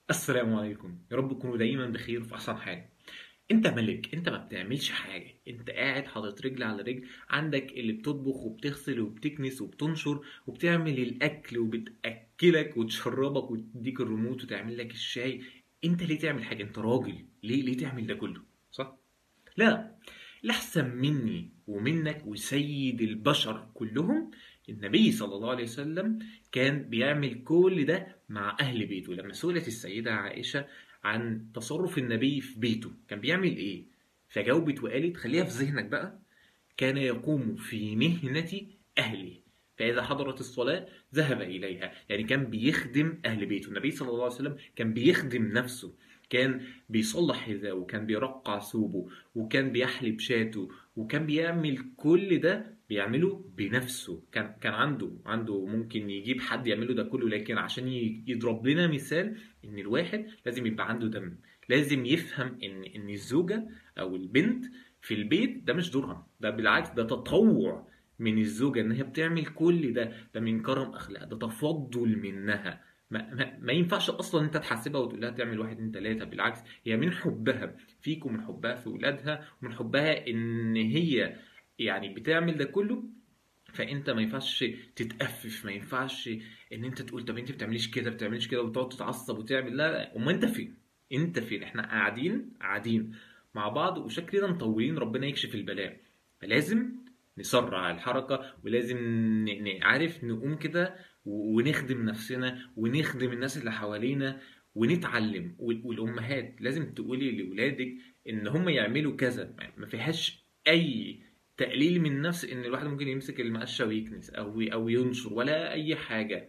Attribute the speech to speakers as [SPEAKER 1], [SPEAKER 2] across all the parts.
[SPEAKER 1] السلام عليكم، يا رب تكونوا دايما بخير وفي احسن حال. انت ملك، انت ما بتعملش حاجه، انت قاعد حاطط رجل على رجل. عندك اللي بتطبخ وبتغسل وبتكنس وبتنشر وبتعمل الاكل وبتاكلك وتشربك وتديك الريموت وتعمل لك الشاي. انت ليه تعمل حاجه؟ انت راجل، ليه تعمل ده كله؟ صح؟ لا، الأحسن مني ومنك وسيد البشر كلهم النبي صلى الله عليه وسلم كان بيعمل كل ده مع أهل بيته. لما سئلت السيدة عائشة عن تصرف النبي في بيته كان بيعمل إيه، فجاوبت وقالت، خليها في ذهنك بقى: كان يقوم في مهنة أهله، فإذا حضرت الصلاة ذهب إليها. يعني كان بيخدم أهل بيته. النبي صلى الله عليه وسلم كان بيخدم نفسه، كان بيصلح حذاءه وكان بيرقع ثوبه وكان بيحلب شاته وكان بيعمل كل ده بيعمله بنفسه. كان عنده ممكن يجيب حد يعمله ده كله، لكن عشان يضرب لنا مثال ان الواحد لازم يبقى عنده دم، لازم يفهم ان الزوجة او البنت في البيت ده مش دورها، ده بالعكس ده تطوع من الزوجة ان هي بتعمل كل ده من كرم اخلاق، ده تفضل منها. ما ينفعش اصلا انت تحاسبها وتقول لها تعمل واحد اتنين تلاته. بالعكس، هي من حبها فيك ومن حبها في ولادها ومن حبها ان هي يعني بتعمل ده كله. فانت ما ينفعش تتأفف، ما ينفعش ان انت تقول طب انت بتعمليش كده بتعمليش كده وتقعد تتعصب وتعمل. لا، امال انت فين؟ انت فين؟ احنا قاعدين مع بعض وشكلنا مطولين، ربنا يكشف البلاء. فلازم نسرع الحركة ولازم عارف نقوم كده ونخدم نفسنا ونخدم الناس اللي حوالينا ونتعلم. والأمهات لازم تقولي لأولادك إن هم يعملوا كذا، ما فيهاش أي تقليل من نفس ان الواحد ممكن يمسك المقشه ويكنس او ينشر ولا اي حاجه.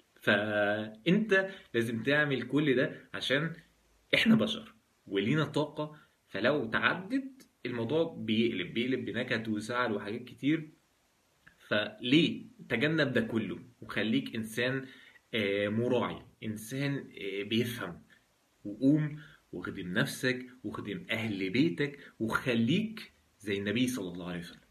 [SPEAKER 1] فانت لازم تعمل كل ده عشان احنا بشر ولينا طاقه. فلو تعدت الموضوع بيقلب بنكد وزعل وحاجات كتير. فليه تجنب ده كله وخليك انسان مراعي، انسان بيفهم. وقوم وخدم نفسك وخدم اهل بيتك وخليك زي النبي صلى الله عليه وسلم.